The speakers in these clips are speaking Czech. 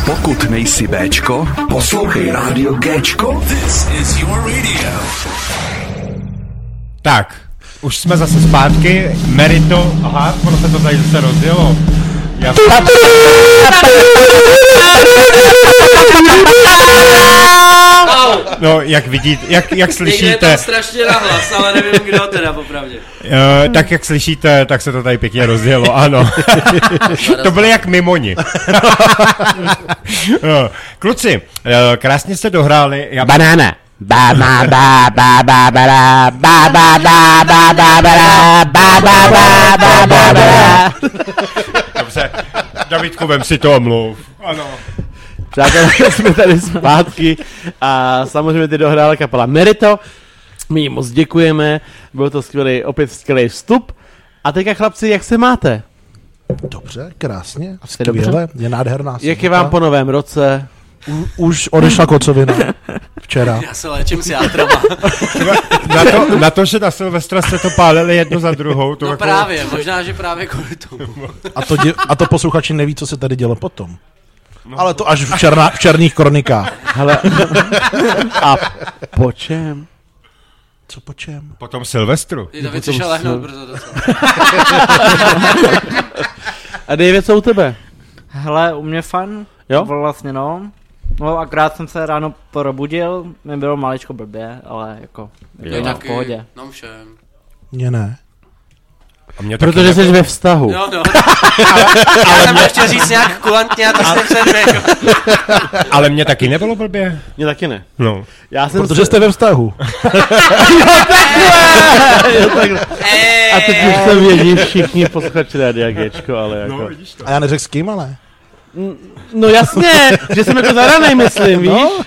Pokud nejsi Béčko, poslouchej rádio Géčko. This is your radio. Tak, už jsme zase zpátky. Merito, aha, ono se to tady zase rozjelo. No, jak vidíte, jak slyšíte... Někde je tam strašně nahlas, ale nevím, kdo teda popravdě. Tak jak slyšíte, tak se to tady pěkně rozjelo, ano. To byly jak mimoni. Kluci, krásně jste dohráli. Banána. Ba ba ba ba ba ba ba ba ba ba ba ba ba ba ba ba ba. Dobře, Davidku, vem si to omluv. Ano. Přátelé, jsme tady zpátky a samozřejmě ty dohrála kapela Merito. My jim moc děkujeme, byl to opět skvělý vstup. A teďka chlapci, jak se máte? Dobře, krásně, skvěle, je nádherná. Jak je vám po novém roce? Už odešla kocovina. Včera. Já se léčím s játrama. Na to, že na Silvestra jste to pálili jedno za druhou. To no jako... právě, možná, že právě kvůli tomu. A to posluchači neví, co se tady dělo potom. No, ale to až v černých kronikách. Hele, a po čem? Co po čem? Po tom Silvestru. David si šel lehnout brzo docela. A David, co u tebe? Hele, u mě fajn. Jo? Vlastně no. No, akrát jsem se ráno probudil, mi bylo maličko blbě, ale jako jinak v pohodě. No všem. Mně ne. Protože jsi ve vztahu. Jo, no. Já jsem chtěl říct nějak kulantně a to jste předběhl. Ale mě taky nebylo blbě. Mně taky ne. No. Protože jste ve vztahu. Jo, takhle. A teď už to vědí všichni posluchači Rádia Géčko, ale jako... No, vidíš to. A já neřekl s kým, ale... No jasně, že jsem jako zadanej, myslím, víš? No.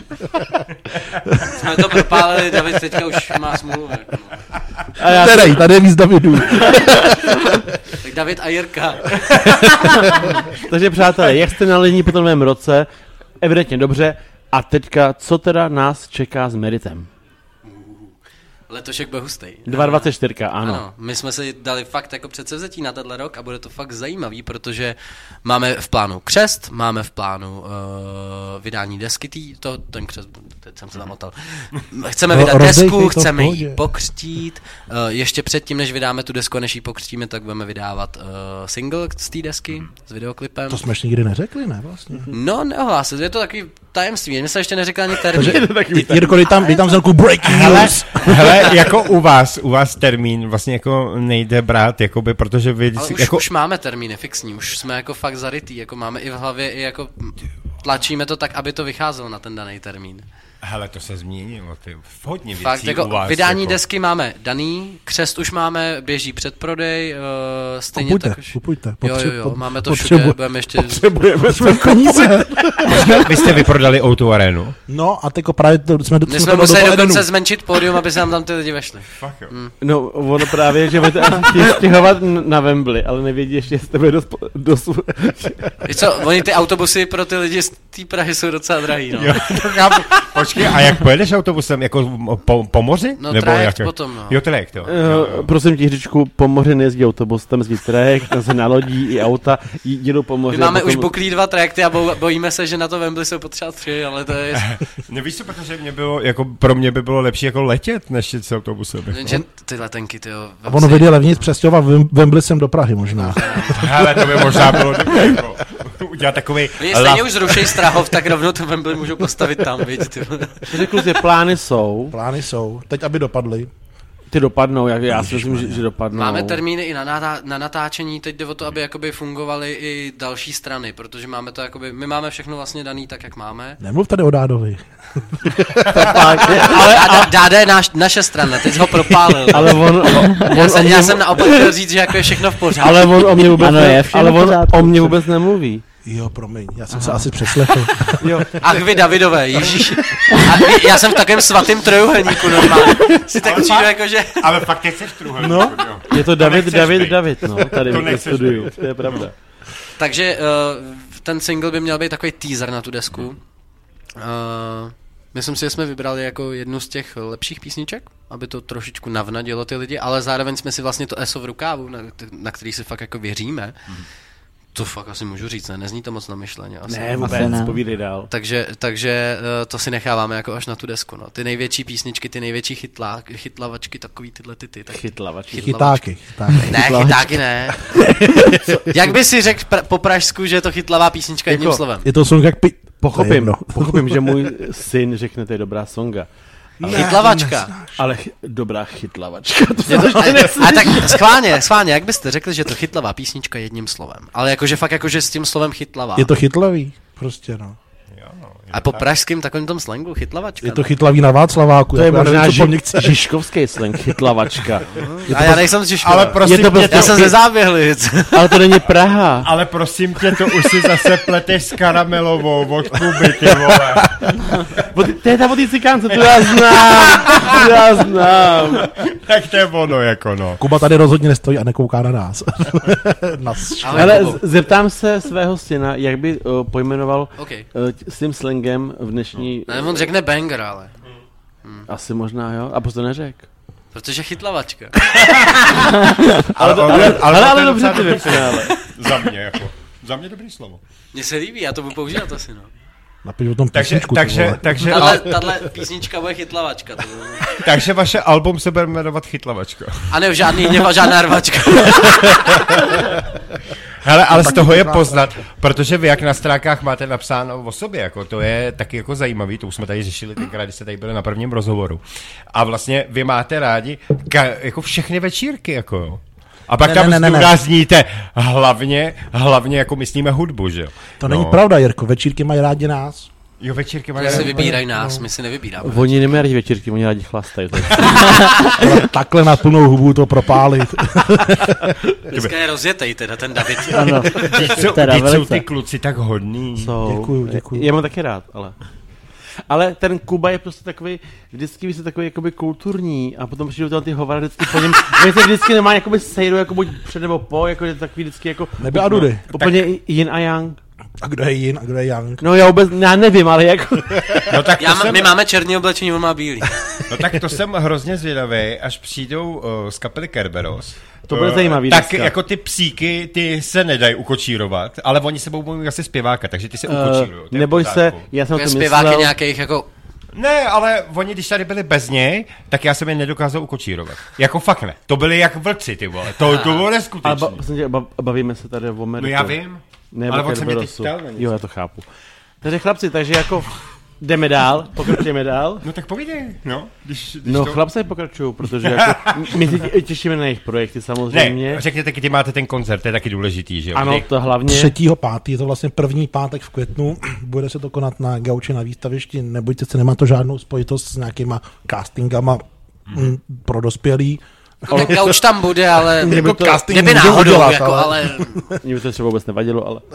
Jsme to propálili, David teďka už má smůlu. Tady je víc Davidů. Tak David a Jirka. Takže přátelé, jak jste naladění po tom novém roce? Evidentně dobře. A teďka, co teda nás čeká s Meritem? Letošek bude hustej. 224, ano. My jsme si dali fakt jako předsevzetí na tenhle rok a bude to fakt zajímavý, protože máme v plánu křest, máme v plánu vydání desky, ten křest, teď jsem se zamotal. Chceme vydat desku, chceme ji pokřtít. Ještě předtím, než vydáme tu desku a než ji pokřtíme, tak budeme vydávat single z té desky s videoklipem. To jsme ještě nikdy neřekli, ne vlastně? No, neohlásit, je to takový tajemství, mě se ještě neřekla ani termín. Jirko, dej tam znělku breaking news. Hele, jako u vás termín vlastně jako nejde brát, jakoby, protože vy... Ale jako... už máme termíny fixní, už jsme jako fakt zarytý, jako máme i v hlavě, i jako tlačíme to tak, aby to vycházelo na ten daný termín. Hele, to se změnilo, ty hodně věcí fakt, jako u vás. Vydání jako... desky máme daný, křest už máme, běží předprodej, stejně kupujte, tak už... kupujte. Jo, máme to všude, budeme ještě... Potřebujeme peníze. Vy jste vyprodali O2 Arenu? No a teďko právě jsme museli dokonce zmenšit pódium, aby se nám tam ty lidi vešli. Fakt jo. No, ono právě, že budete stěhovat na Wembley, ale nevědí ještě, jestli to bude dost... Víš co, oni ty autobusy pro ty lidi z té Prahy jsou docela drahý, no. Jo, počkej, a jak pojedeš autobusem, jako po moři? No nebo trajekt jak? potom, no. Jo, trajekt, jo. Prosím tě, Hřičku, po moři nejezdí autobus, tam jezdí trajekt, tam se nalodí i auta, jedou po moři. My máme už buklý 2 trajekty a bojíme se, že na to Wembley jsou potřeba 3, ale to je... Nevíš co, protože pro mě by bylo lepší jako letět, než jít s autobusem. Jako. Ty letenky, tyjo. A ono vyjde levnic přestěhovat Wembley sem do Prahy možná. Hele, to by možná bylo dobré, jako udělat takový... Oni stejně už zrušejí Strahov, tak rovnou to Wembley můžou postavit tam, viď, ty. Řekl, že plány jsou. Plány jsou, teď aby dopadly. Ty dopadnou, já si myslím, že dopadnou. Máme termíny i na natáčení, teď jde o to, aby jakoby fungovaly i další strany, protože máme to jakoby, my máme všechno vlastně daný tak, jak máme. Nemluv tady o Dádovi. Ale Dáda je naše strana, teď ho propálil. Ale já jsem naopak chtěl říct, že jako je všechno v pořádku. Ale on o mě vůbec, o mě vůbec nemluví. Jo, promiň, já jsem se asi přeslechl. Ach vy Davidové, ježíš. Já jsem v takovém svatém trojuhelníku normálně. Si tak přijdu jako, že... Ale fakt nechceš trojuhelníku, no, jo. Je to David, no, tady v studiu, to je pravda. Takže ten single by měl být takový teaser na tu desku. Myslím si, že jsme vybrali jako jednu z těch lepších písniček, aby to trošičku navnadilo ty lidi, ale zároveň jsme si vlastně to ESO v rukávu, na který si fakt jako věříme, To fakt asi můžu říct, ne? Nezní to moc namyšleně. Asi. Ne, vůbec, ne. povídej dál. Takže to si necháváme jako až na tu desku. No. Ty největší písničky, ty největší chytlavačky, takový tyhle ty. Tak... Chytlavačky. Chytáky. Ne, chytáky ne. Jak by si řekl po pražsku, že je to chytlavá písnička jedním Jako- slovem? Je to song jak Pochopím, že můj syn řekne, to je dobrá songa. Chytlavačka. Ale dobrá chytlavačka. A tak schválně, jak byste řekli, že je to chytlavá písnička jedním slovem? Ale jakože fakt jakože s tím slovem chytlavá. Je to chytlavý, prostě no. A po pražském takovém tom slangu chytlavačka. Je to chytlavý na Václaváku. To je jako já možná nevím, co po mně chceš. žižkovský slang, chytlavačka. A já nejsem z Žižkova. Ale prosím Je to tě, prostě- Já jsem ze Záběhlic. Ale to není Praha. ale prosím tě, to už si zase pleteš s karamelovou od Kuby, ty vole. To je ta od té cikánce, to já znám. Tak to je ono, jako no. Kuba tady rozhodně nestojí a nekouká na nás. Ale zeptám se svého syna, jak by pojmenoval Okay. s tím slangem v dnešní... Ne, on řekne banger, ale. Asi možná, jo? A proč to neřek? Protože chytlavačka. Ale Ale to je dobře docela ty dobrý věci, ale... Za mě, jako. Za mě dobrý slovo. Mně se líbí, já to budu používat asi, no. Napiš o tom písničku. Tahle písnička bude chytlavačka. Takže vaše album se bude jmenovat Chytlavačka. A ne, žádná rvačka. Hele, ale z toho je poznat, protože vy jak na stránkách máte napsáno o sobě, jako to je taky jako zajímavý, to už jsme tady řešili tenkrát, když jste tady byli na prvním rozhovoru. A vlastně vy máte rádi jako všechny večírky, jako jo. A pak tam zdůrazníte hlavně jako myslíme hudbu, že jo. To není pravda, Jirko, večírky mají rádi nás. Jo, večírky mají Oni si rádi. vybírají nás, my si nevybíráme. Oni nemají rádi večírky, oni rádi chlastají. Takhle na plnou hubu to propálit. Dneska je rozjetej teda ten David. Ano, Teď jsou velice. ty kluci tak hodný. Děkuju. Já mám taky rád, ale ten Kuba je prostě takový, vždycky víš, takový jakoby kulturní a potom přijdou ty hovary vždycky po něm, oni se vždycky nemá jakoby sejdu, jako buď před nebo po, jako je to takový vždycky jako... Nebe a Dudy. Úplně yin a yang. A kdo je Yin a kdo je Yang? No já nevím, ale jako... No tak My máme černý oblečení, on má bílý. No tak to jsem hrozně zvědavý, až přijdou z kapely Kerberos. To bude zajímavý Tak dneska. jako ty psíky, ty se nedají ukočírovat, ale oni se budou mít asi zpěváka, takže ty se ukočírujou. to je v Neboj se, pořádku. já jsem o tom Zpěvák je myslel... nějakých jako... Ne, ale oni, když tady byli bez něj, tak já jsem je nedokázal ukočírovat. Jako fakt ne. To byli jak vlci, ty vole. To bylo Ale neskutečný. bavíme se tady o Americe. No já vím. Ne, ale o on se mě teď Kerberosu. ptal na něco. Jo, já to chápu. Takže chlapci, takže jako jdeme dál, pokračujeme dál. No tak povídej, no. Když No to... chlapci pokračují, protože jako, my se těšíme na jejich projekty samozřejmě. Ne, řekněte, kdy máte ten koncert, to je taky důležitý, že jo? Ano, Kdy? to hlavně. 3.5. je to vlastně první pátek v květnu, bude se to konat na Gauči na výstavišti, nebojte se, nemá to žádnou spojitost s nějakýma castingama pro dospělý. Ten gauč tam bude, ale... Jako casting Kdyby můžou náhodou, udělat, jako, ale... Mně by to třeba vůbec nevadilo, ale...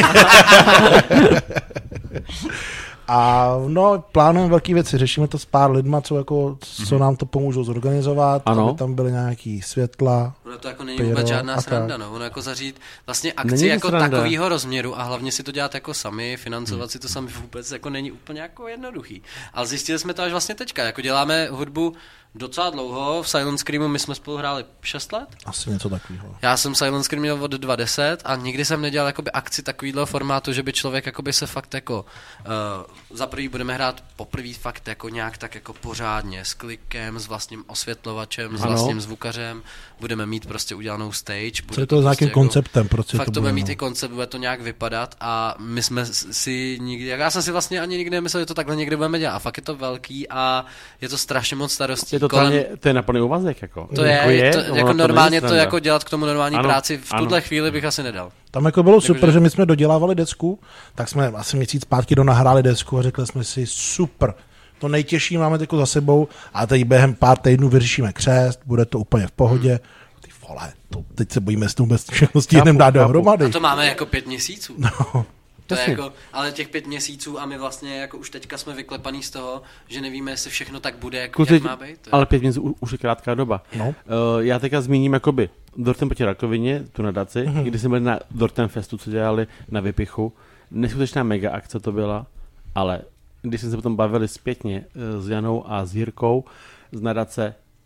A no, plánujeme velké věci, řešíme to s pár lidma, co nám to pomůžou zorganizovat, Ano. aby tam byly nějaký světla. Ono to jako není pyro vůbec žádná a sranda, tak. no. Ono jako zařídit vlastně Není akci to jako sranda. takového rozměru a hlavně si to dělat jako sami, financovat si to sami vůbec jako není úplně jako jednoduchý. Ale zjistili jsme to až vlastně teďka, jako děláme hudbu docela dlouho, v Silent Screamu my jsme spolu hráli 6 let. Asi něco takového. Já jsem Silent Scream měl od 20 a nikdy jsem nedělal jakoby akci takovýhle formátu, že by člověk jakoby se fakt jako za prvý budeme hrát poprvé fakt jako nějak tak jako pořádně s klikem, s vlastním osvětlovačem, s Ano. vlastním zvukařem, budeme mít prostě udělanou stage. Co Bude je to s nějakým prostě jako, konceptem, proč fakt to to bude, bude mít no. i koncept, bude to nějak vypadat a my jsme si nikdy, já jsem si vlastně ani nikdy nemyslel, že to takhle někdy budeme dělat a fakt je to velký a je to strašně moc starostí. Je to, to je na plný úvazek, jako. To je, jako normálně to není jako dělat k tomu normální Ano, práci v ano. tuhle chvíli bych asi nedal. Tam jako bylo super, Takže- že my jsme dodělávali desku, tak jsme asi měsíc zpátky donahráli desku a řekli jsme si super, to nejtěžší máme teď za sebou a teď během pár týdnů vyřešíme křest, bude to úplně v pohodě. Ty vole, teď se bojíme, jestli vůbec všechno stihneme dát dohromady. A to máme jako 5 měsíců. No, To je jasně. jako, ale těch 5 měsíců a my vlastně jako už teďka jsme vyklepaný z toho, že nevíme, jestli všechno tak bude, jak Kluci, má být. To je- ale 5 měsíců už je krátká doba. No. Já teďka zmíním jakoby Dortem proti rakovině, tu nadaci, kdy jsme byli na Dortem Festu, co dělali na Vypichu. Neskutečná mega akce to byla, ale když jsme se potom bavili zpětně s Janou a s Jirkou z nadace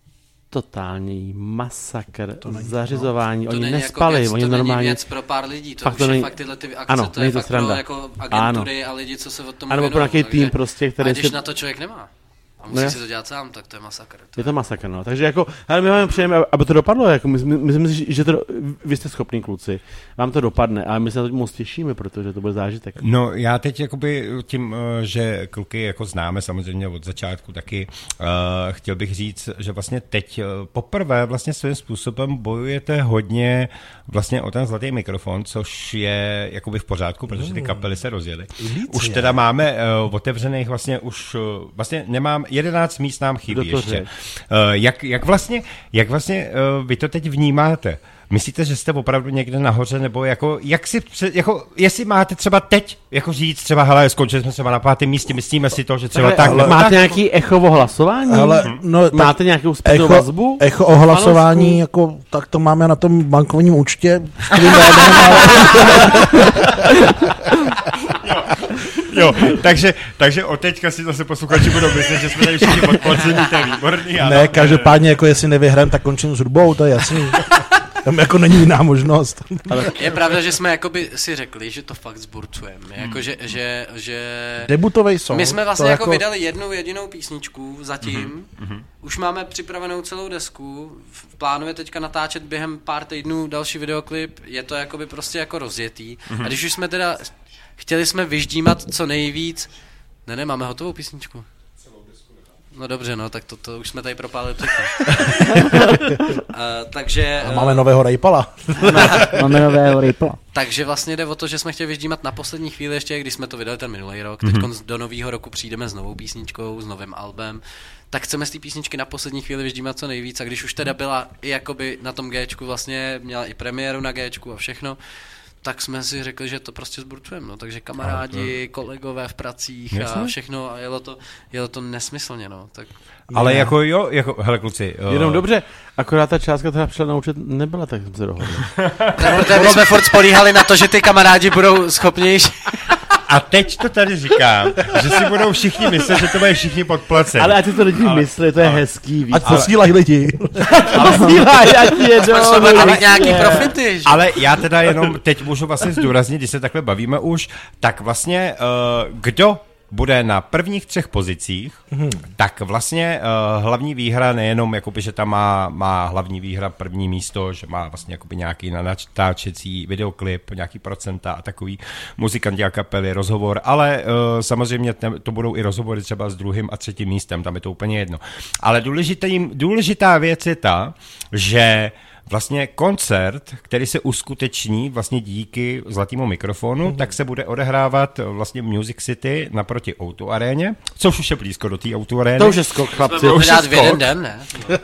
totální masakr, zařizování, To oni není nespali, jako věc, oni to normálně... není věc pro pár lidí, to Fakt už to je není- fakt tyhle ty akce, Ano, to je není to fakt sranda. pro jako agentury a lidi, co se od tomu Ano, věnují. pro nějaký takže- tým prostě, který A když si... na to člověk nemá a musí Ne. si to dělat sám, tak to je masakr. Je to masakr, no. Takže jako, hele, my máme přejeme, aby to dopadlo, jako myslím si, že to, vy jste schopní kluci, vám to dopadne, ale my se na to moc těšíme, protože to bude zážitek. No já teď jakoby tím, že kluky jako známe samozřejmě od začátku taky, chtěl bych říct, že vlastně teď poprvé vlastně svým způsobem bojujete hodně vlastně o ten zlatý mikrofon, což je jakoby v pořádku, protože ty kapely se rozjely. Už teda máme otevřených vlastně už, vlastně nemám, 11 míst nám chybí Kdo to ještě. Jak vlastně vy to teď vnímáte? Myslíte, že jste opravdu někde nahoře, nebo jako, jestli máte třeba teď, jako říct třeba, hele, skončili jsme třeba na 5. místě, myslíme si to, že třeba tak, nebo máte tak? nějaký echovo hlasování? Ale, no, Máte nějakou zpětnou vazbu? Echo o hlasování, jako, tak to máme na tom bankovním účtě. Jo, takže od teďka si zase posluchači budou myslet, že jsme tady všichni podplacení, to je výborný. Ano. Ne, každopádně, jako jestli nevyhrám, tak končím s hudbou, to je jasný. Tam jako není jiná možnost. Je pravda, že jsme jakoby si řekli, že to fakt zburcujeme, jako že Debutovej song. my jsme vlastně to jako vydali jednu jedinou písničku zatím, už máme připravenou celou desku, v plánu je teďka natáčet během pár týdnů další videoklip, je to jakoby prostě jako rozjetý a když už jsme teda chtěli jsme vyždímat co nejvíc, máme hotovou písničku. No dobře, no, tak to už jsme tady propálili takže... A máme nového Rejpala. Máme nového Ripla. Takže vlastně jde o to, že jsme chtěli vyždímat na poslední chvíli ještě, když jsme to vydali ten minulý rok, teď do nového roku přijdeme s novou písničkou, s novým albem, tak chceme z té písničky na poslední chvíli vyždímat co nejvíc a když už teda byla i jakoby na tom Gčku vlastně, měla i premiéru na Gčku a všechno, tak jsme si řekli, že to prostě zburcujeme, no, takže kamarádi, kolegové v pracích a všechno a jelo to nesmyslně, no, tak... Ale jako jo, jako, hele kluci. Jenom dobře, akorát ta částka, která přišla na účet, nebyla, tak jsme se dohodli. Protože my jsme furt spolíhali na to, že ty kamarádi budou schopnější. A teď to tady říkám, že si budou všichni myslet, že to mají všichni podplacení. Ale ať si to lidi myslí, to je hezký, víc. Ať posílají lidi. Posílaj, ať jedou. Ale nějaký profity, že? Ale já teda jenom teď můžu vlastně zdůraznit, když se takhle bavíme už, tak vlastně kdo bude na prvních 3 pozicích, tak vlastně hlavní výhra nejenom, jakoby, že tam má hlavní výhra první místo, že má vlastně jakoby nějaký natáčecí videoklip, nějaký procenta a takový muzikanti a kapely, rozhovor, ale samozřejmě to budou i rozhovory třeba s 2. a 3. místem, tam je to úplně jedno. Ale důležitá věc je ta, že vlastně koncert, který se uskuteční vlastně díky zlatému mikrofonu, tak se bude odehrávat vlastně v Music City naproti O2 aréně, což už je blízko do té O2 arény. To už je skok, chlapci. Jsme dát v jeden den, ne?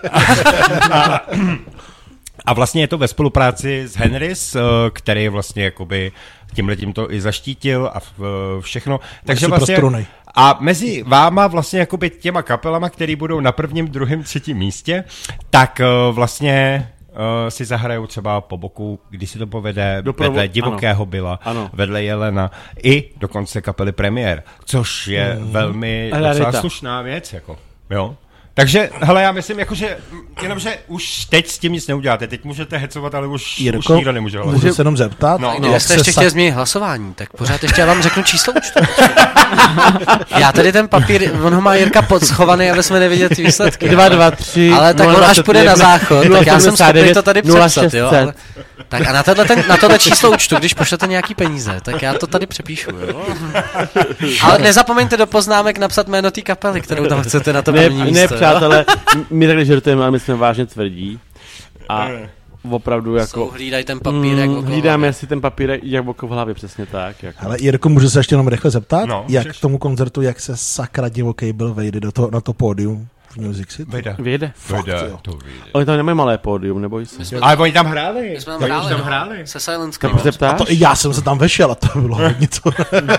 A vlastně je to ve spolupráci s Henrys, který vlastně jakoby tímhletím to i zaštítil a všechno. Takže vlastně a mezi váma vlastně jakoby těma kapelama, který budou na 1., 2., 3. místě, tak vlastně si zahrajou třeba po boku, když si to povede, vedle Divokého Byla, vedle Jelena i dokonce kapely Premiér, což je velmi docela slušná věc, jako, jo. Takže, hele, já myslím, jakože, jenomže už teď s tím nic neuděláte, teď můžete hecovat, ale už nikdo nemůže hlasovat. Můžu se jenom zeptat? Jak jste ještě chtěli změnit hlasování, tak pořád ještě já vám řeknu číslo účtu. Já tady ten papír, on ho má Jirka podschovaný, aby jsme neviděli ty výsledky. 2, 2, 3, ale tak on až půjde na záchod, tak já jsem schopný to tady přepsat, jo. Ale, tak a na tohle číslo účtu, když pošlete nějaký peníze, tak já to tady přepíšu, jo. Ale nezapomeňte do poznámek napsat jméno té kapely, kterou tam chcete na to první místo. Ne, přátelé, my takhle žertujeme, ale my jsme vážně tvrdí. A opravdu jako... Hlídaj ten papír jak oko v hlídáme si ten papír jak oko v hlavě, přesně tak. Jako. Ale Jirko, můžu se ještě jenom rychle zeptat, jak k tomu koncertu, jak se sakra Divoký Byl vejde na to pódium v Music City? Vyjde. To vyjde. Oni tam nemají malé pódium, neboj se. Ale oni tam hráli. My jsme tam hráli. Se Silence Kam se ptáš? A to i já jsem se tam vešel a to bylo hodně co.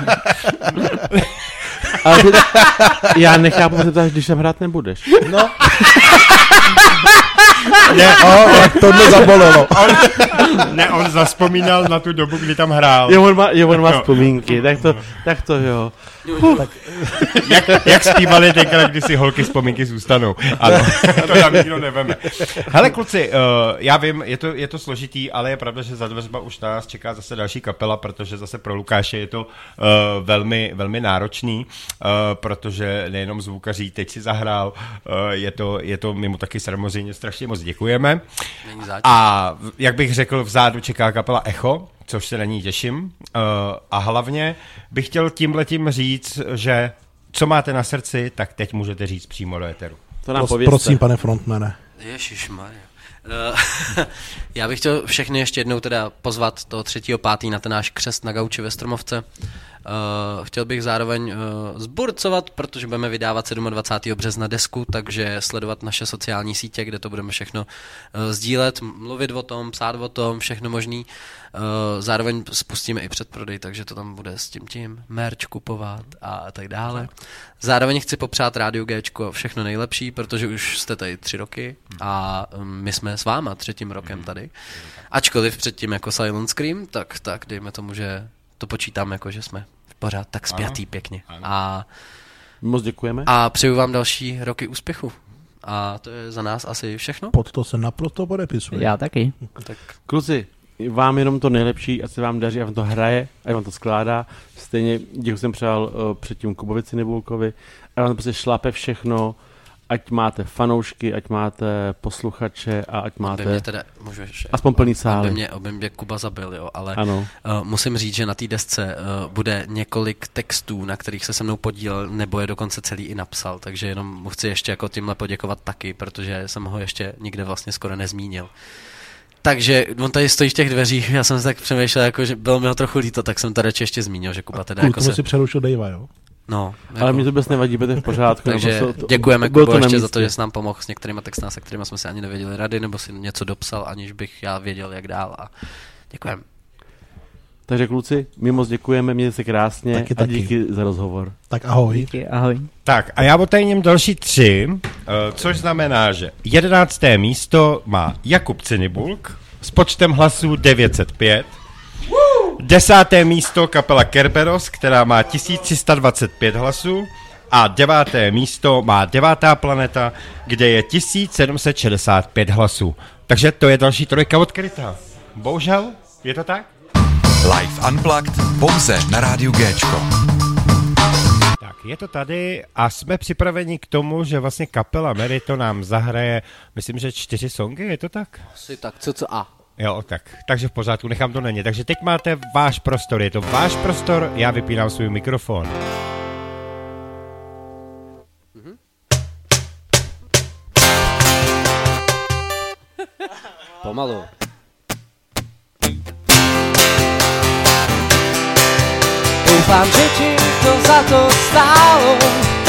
Ale ty, já nechápu, že ptáš, když tam hrát nebudeš. No. Tak tohle zabolelo. On zaspomínal na tu dobu, kdy tam hrál. On má vzpomínky, tak to jo. Jak zpívali tenkrát, když si holky vzpomínky zůstanou. Ano, to nám nikdo neveme. Hele kluci, já vím, je to složitý, ale je pravda, že za dveřma už nás čeká zase další kapela, protože zase pro Lukáše je to velmi, velmi náročný, protože nejenom zvukaří teď si zahrál, je to my mu taky samozřejmě strašně moc děkujeme. A jak bych řekl, vzadu čeká kapela Echo, což se na ní těším. A hlavně bych chtěl tímhletím říct, že co máte na srdci, tak teď můžete říct přímo do éteru. To nám povězte. Prosím, pane frontmane. Ježišmarja. Já bych chtěl všechny ještě jednou teda pozvat toho 3.5. na ten náš křest na gauči ve Stromovce. Chtěl bych zároveň zburcovat, protože budeme vydávat 27. března desku, takže sledovat naše sociální sítě, kde to budeme všechno sdílet, mluvit o tom, psát o tom, všechno možný. Zároveň spustíme i předprodej, takže to tam bude s tím merch kupovat a tak dále. Zároveň chci popřát Rádiu Géčko všechno nejlepší, protože už jste tady 3 roky a my jsme s váma 3. rokem tady. Ačkoliv předtím jako Silent Scream, tak dejme tomu, že to počítám jako, že jsme pořád tak spjatý pěkně. A moc děkujeme. A přeju vám další roky úspěchu. A to je za nás asi všechno. Pod to se naprosto podepisuji. Já taky. Tak. Kluci, vám jenom to nejlepší, ať se vám daří, ať vám to hraje, ať vám to skládá. Stejně, děkuji jsem přál předtím Kubovi Cinibulkovi, ať vám to prostě šlape všechno, ať máte fanoušky, ať máte posluchače a ať máte mě teda, můžu ještě, aspoň plný sály. Aby mě Kuba zabil, jo, ale ano. Musím říct, že na té desce bude několik textů, na kterých se mnou podílel, nebo je dokonce celý i napsal, takže jenom mu chci ještě jako tímhle poděkovat taky, protože jsem ho ještě nikde vlastně skoro nezmínil. Takže on tady stojí v těch dveřích, já jsem se tak přemýšlel, jako, že bylo mi ho trochu líto, tak jsem to radši ještě zmínil, že Kuba teda jako si přerušil Dejva, jo? No, jako. Ale mě to vůbec nevadí, bude v pořádku. Takže děkujeme Kubo ještě za to, že jsi nám pomohl s některýma textama, se kterými jsme si ani nevěděli rady, nebo si něco dopsal, aniž bych já věděl, jak dál. A děkujeme. Takže kluci, my moc děkujeme, mějte se krásně a díky za rozhovor. Tak ahoj. Díky, ahoj. Tak a já otajním další 3, což znamená, že 11. místo má Jakub Cinibulk s počtem hlasů 905. 10. místo kapela Kerberos, která má 1325 hlasů. A 9. místo má 9. planeta, kde je 1765 hlasů. Takže to je další 3 odkrytá. Bohužel, je to tak? Live Unplugged pouze na rádiu Géčko. Tak, je to tady a jsme připraveni k tomu, že vlastně kapela Merito nám zahraje, myslím, že 4 songy, je to tak? Asi tak, co a. Jo, tak. Takže v pořádku, nechám to na ně. Takže teď máte váš prostor, je to váš prostor, já vypínám svůj mikrofon. Pomalu. Doufám, že ti to za to stálo.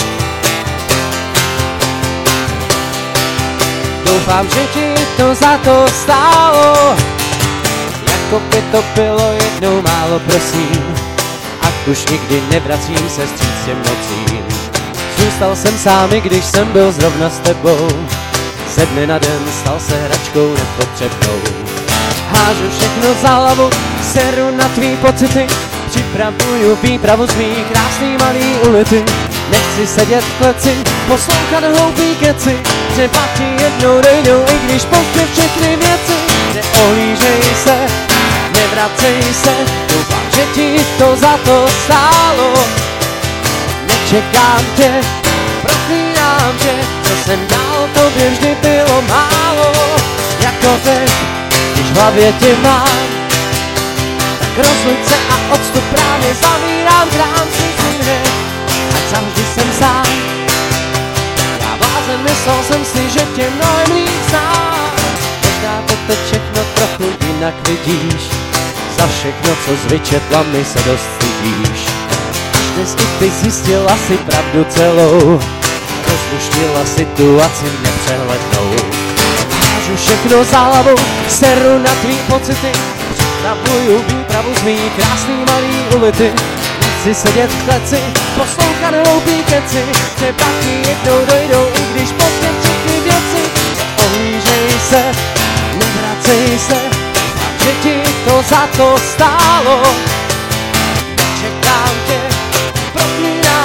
Doufám, že ti to za to stálo. Jako by to bylo jednou málo, prosím. Ať už nikdy nevracím se vstříc těm nocím. Zůstal jsem sám, i když jsem byl zrovna s tebou. Ze dne na den stal se hračkou nepotřebnou. Hážu všechno za hlavu, seru na tvý pocity. Připravuju výpravu z mý krásný malý ulity. Nechci sedět v kleci, poslouchat hloupý keci. Třeba ti jednou dojdou, i když pozdě všechny věci. Neohlížej se, nevracej se, doufám, že ti to za to stálo. Nečekám tě, proklínám tě, co jsem dal, tobě vždy bylo málo. Jako teď, když v hlavě tě mám, tak rozluď se a odstup, právě zavírám krám si hned, ať zavždy jsem sám. Já blázen, myslel jsem si, že tě mnohem líp znám. Možná to teď všechno trochu jinak vidíš, za všechno, co z vyčetla mi se dost stydíš. Až dnes i ty zjistila si pravdu celou, rozluštila situaci nepřehlednou. Hážu všechno za hlavu, seru na tvý pocity. Připravuju výpravu z mý krásný malý ulity. Nechci sedět v kleci, poslouchat hloupý keci. Třeba ti jednou dojdou, i když pozdě všechny věci. Neohlížej se, nevracej se, že ti to za to stálo. Nečekám tě, proklínám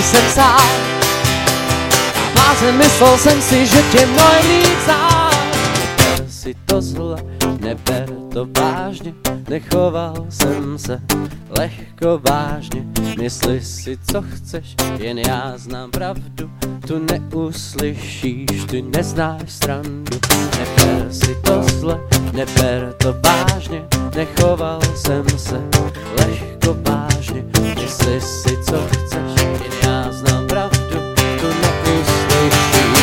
jsem sám. Blázen, myslel jsem si, že tě mnohem líp znám. Neber si to zle, neber to vážně, nechoval jsem se lehko vážně. Mysli si, co chceš, jen já znám pravdu, tu neuslyšíš, ty neznáš srandu. Neber si to zle, neber to vážně, nechoval jsem se lehko vážně. Mysli si, co chceš, jen já znám pravdu, tu neuslyšíš.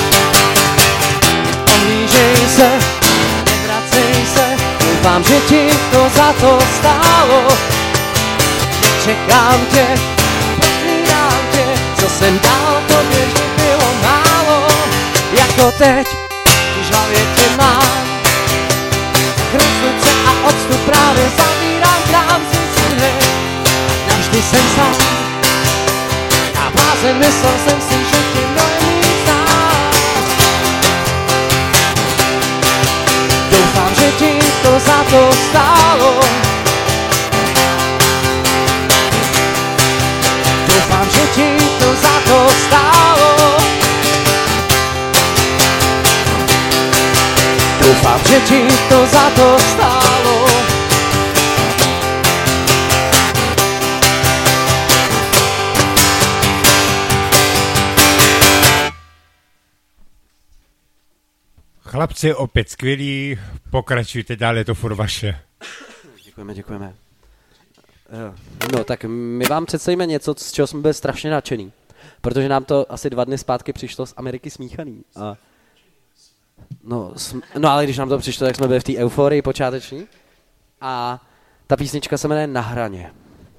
Ohlížej se, nevracej se, doufám, že ti to za to stálo. Čekám tě, poklínám tě, co jsem dal, tobě vždy bylo málo. Jako teď, když hlavě tě mám, rozluce a odstup právě zavírám krám si hned. Navždy jsem sám, já blázen, myslel jsem si, že tě mnohem líp znám. Doufám, že ti to za to stálo. Doufám, že ti to za to stálo. Doufám, že ti to za to stálo. Chlapci, opět skvělí, pokračujte dál, je to furt vaše. Děkujeme. No tak my vám představíme něco, z čeho jsme byli strašně nadšený, protože nám to asi 2 dny zpátky přišlo z Ameriky smíchaný. A no ale když nám to přišlo, tak jsme byli v té euforii počáteční a ta písnička se jmenuje Na hraně.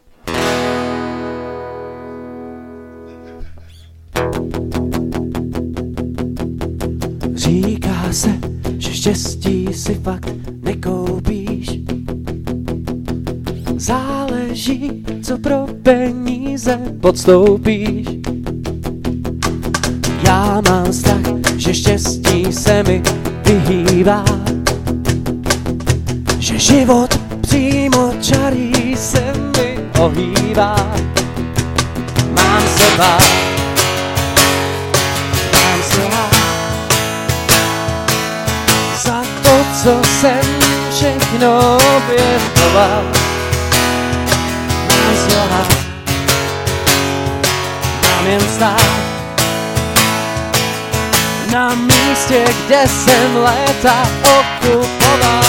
Říká se, že štěstí si fakt nekoupíš. Záleží, co pro peníze podstoupíš. Já mám strach, že štěstí se mi vyhýbá, že život přímo čarí se mi ohýbá. Mám se bát, mám se bát za to, co jsem všechno obětoval. Mám jen stát na místě, kde jsem léta okupoval.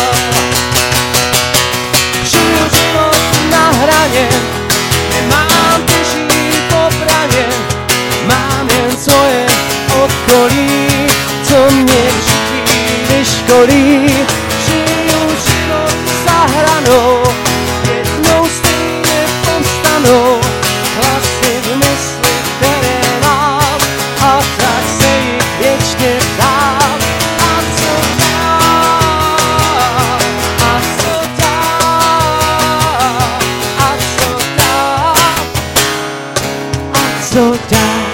Žiju život na hraně, nemám těží po braně, mám jen svoje okolí, co mě vždy vyškolí. Žiju život za hranou, jednou stejně povstanou. Hlasy v mysli, které mám, a tak se jich věčně dám. A co dám? A co dám? A co dám? A co dám?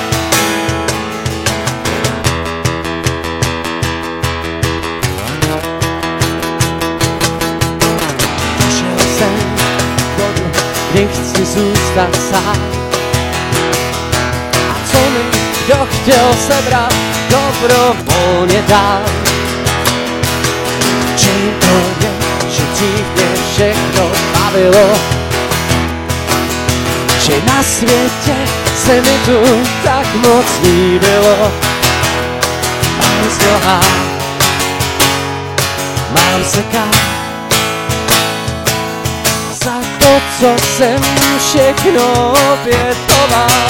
Šel jsem vodu, kdy chci zůstat sám. A co mi kdo chtěl sebrat, dobrovolně dál. Čím to je, že dřív mě všechno bavilo, že na světě se mi tu tak moc líbilo. Mám zlhát, mám se kát za to, co jsem všechno obětoval.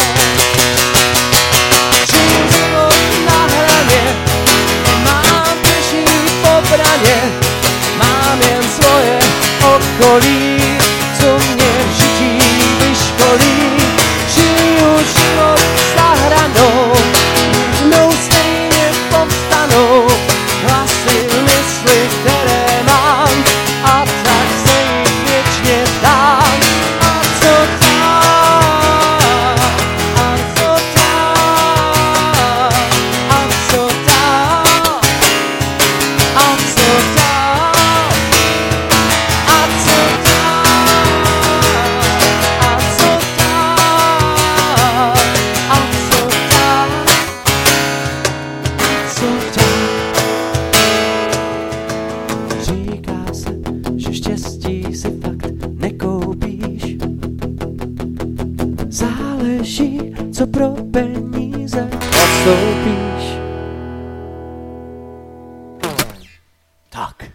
Žiju život na hraně, nemám těží po braně, mám jen svoje okolí, co mě v žití vyškolí. Žiju život za hranou, jednou stejně povstanou. Hlasy v mysli, které mám, a tak se jich věčně dám. A co dám? nezáleží, co pro peníze odstoupíš. Tak.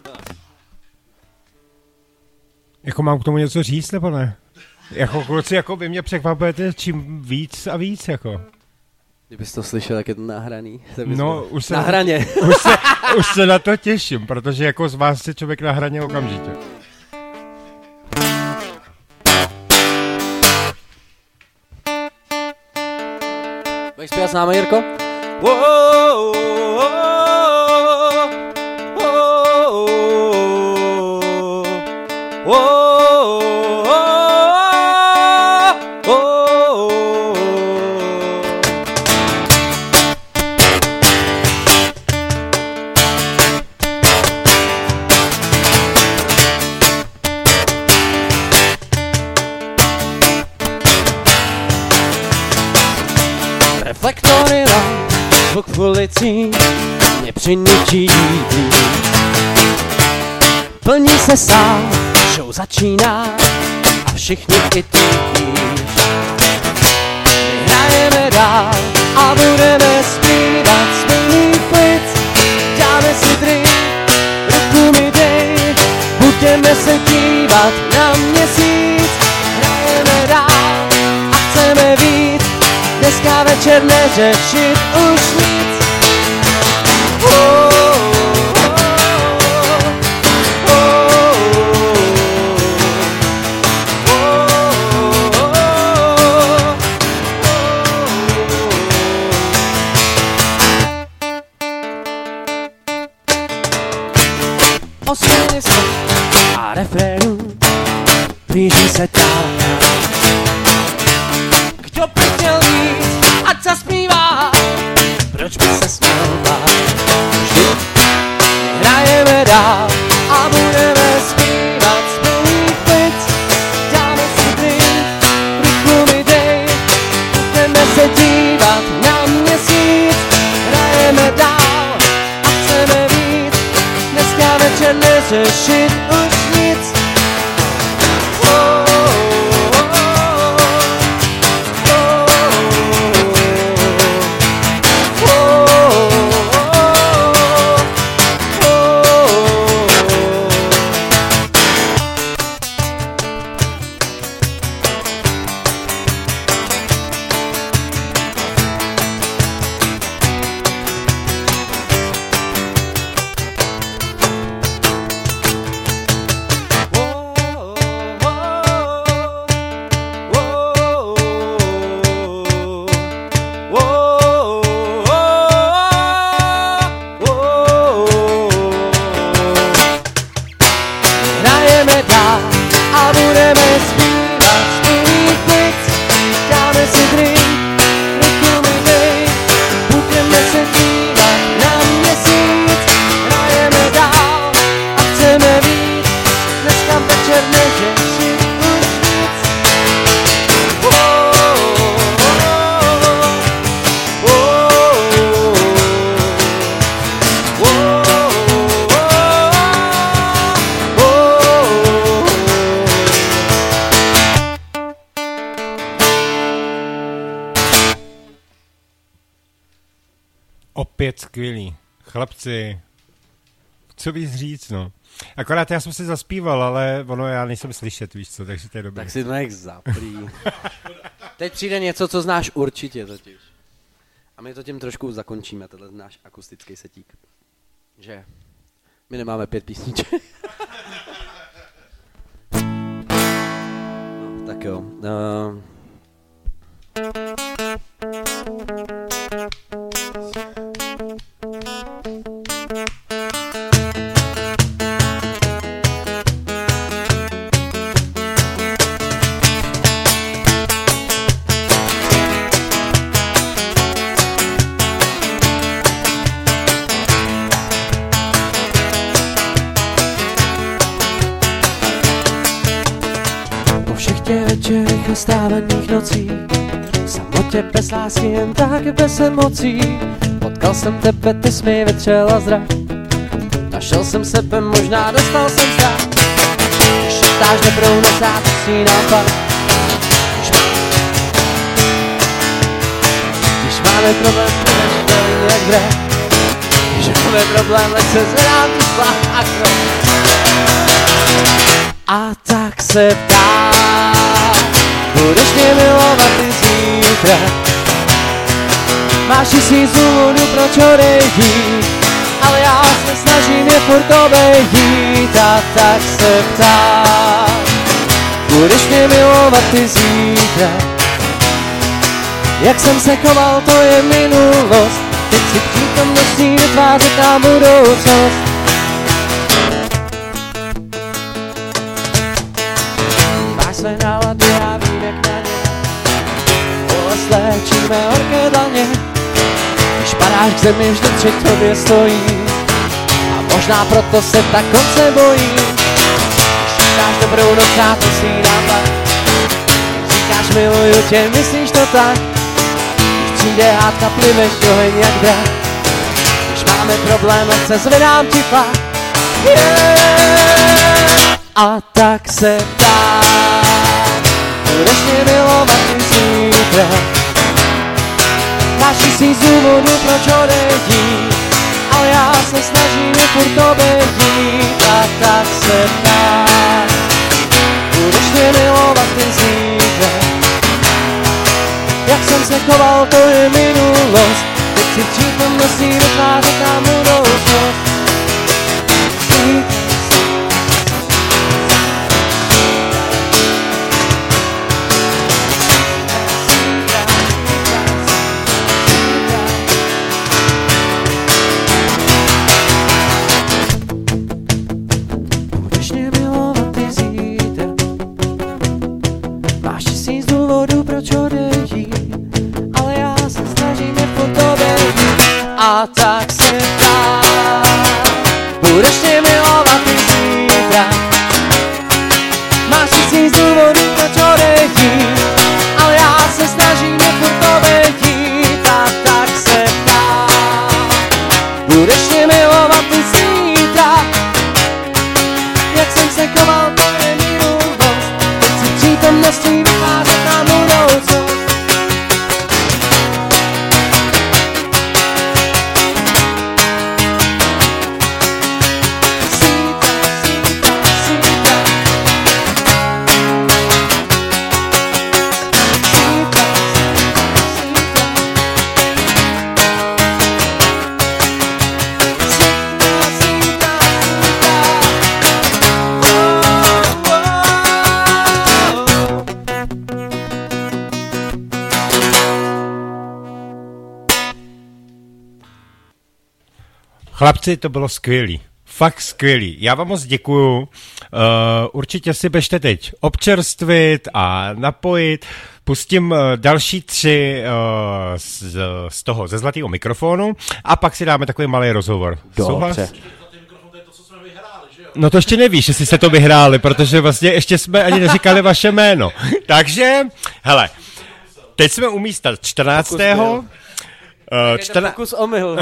Jako mám k tomu něco říct, nebo ne? Jako kluci, jako vy mě překvapujete čím víc a víc, jako. Kdybys to slyšel, jak je to nahraný. No, už se, na hraně. už se na to těším, protože jako z vás je člověk na hraně okamžitě. Budeš zpívat s námi, Jirko? Reflektory lamp, zvuk v ulici mě přinutí blíž. Plní se sál, show začíná a všichni i ty víš. My hrajeme dál a budeme zpívat stejný klid. Dáme si drink, ruku mi dej, budeme se dívat na měsíc. Hrajeme dál a chceme víc, dneska večer neřešit už nic. Osměny se a refrénu blíží se dál. Kdo by chtěl víc, ať zaspívá, proč by se směl bát? Vždy hrajeme dál a budeme zpívat spolný klid. Dáme si drink, ruku mi dej, budeme se dívat na měsíc. Hrajeme dál a chceme víc, dneska večer neřešit už nic. Opět skvělý. Chlapci, co víc říct, no. Akorát já jsem si zaspíval, ale ono já nejsem slyšet, víš co, takže to je dobré. Tak si to nech zaprý. Teď přijde něco, co znáš určitě totiž. A my to tím trošku zakončíme, tenhle náš akustický setík. Že my nemáme 5 písniček. No, tak jo. Večerech a stávaných nocí, v samotě bez lásky, jen tak bez emocí. Potkal jsem tebe, ty jsi mi vetřela zrak. Našel jsem sebe, možná dostal jsem strach. Když šeptáš dobrou noc a to si nápad. máme problém, jak hra. Že máme problém, ať se zvedám tu spláchákno. A tak se ptám, budeš mě milovat i zítra. Máš 1000 důvodů, proč odejít, ale já se snažím je furt obejít. A tak se ptám, budeš mě milovat i zítra. Jak jsem se choval, to je minulost. Teď si přítomností vytvářet nám budoucnost. Máš své nálady, já vím jak na ně. Bolest léčíme horké dlaně. Když padáš k zemi, vždy při tobě stojí. A možná proto se tak konce bojí. Když říkáš dobrou noc, já to snídám tak. Když říkáš miluju tě, myslíš to tak. Když přijde hádka, pliveš oheň jak drak. Když máme problém, ať se zvedám ti fakt. A tak se ptám, budeš mě milovat i zítra. Máš 1000 důvodů, proč odejít, ale já se snažím je furt obejít. A tak se ptám, budeš mě milovat i zítra. Jak jsem se choval, to je minulost. Teď si přítomností vytvářet nám budoucnost. Budeš mě milovat i zítra. Máš 1000 důvodů, proč odejít, ale já se snažím je furt obejít. A tak se ptám, budeš mě milovat i zítra. Máš 1000 důvodů, proč odejít, ale já se snažím je furt obejít. A tak se ptám, budeš mě milovat i zítra. Jak jsem se choval, to je minulost. Teď si přítomností vytvářet nám budoucnost. Chlapci, to bylo skvělý. Fakt skvělý. Já vám moc děkuju. Určitě si běžte teď občerstvit a napojit. Pustím další 3 z toho, ze zlatého mikrofonu a pak si dáme takový malý rozhovor. Souhlas? No to ještě nevíš, jestli jste to vyhráli, protože vlastně ještě jsme ani neříkali vaše jméno. Takže, hele, teď jsme u místa 14. Pokus omyl.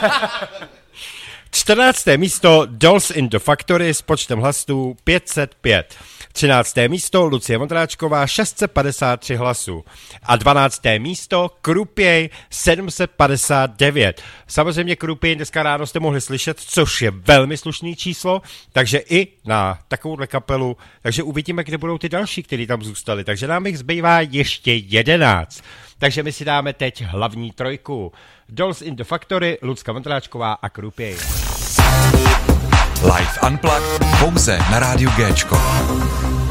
14. místo Dolls in the Factory s počtem hlasů 505. 13. místo Lucie Vondráčková 653 hlasů. A 12. místo Krupěj 759. Samozřejmě Krupěj dneska ráno jste mohli slyšet, což je velmi slušný číslo, takže i na takovouhle kapelu, takže uvidíme, kde budou ty další, kteří tam zůstali. Takže nám jich zbývá ještě 11. Takže my si dáme teď hlavní trojku. Dolls in the Factory, Lucka Vondráčková a Krupěj. Live Unplugged pouze na rádiu Géčko.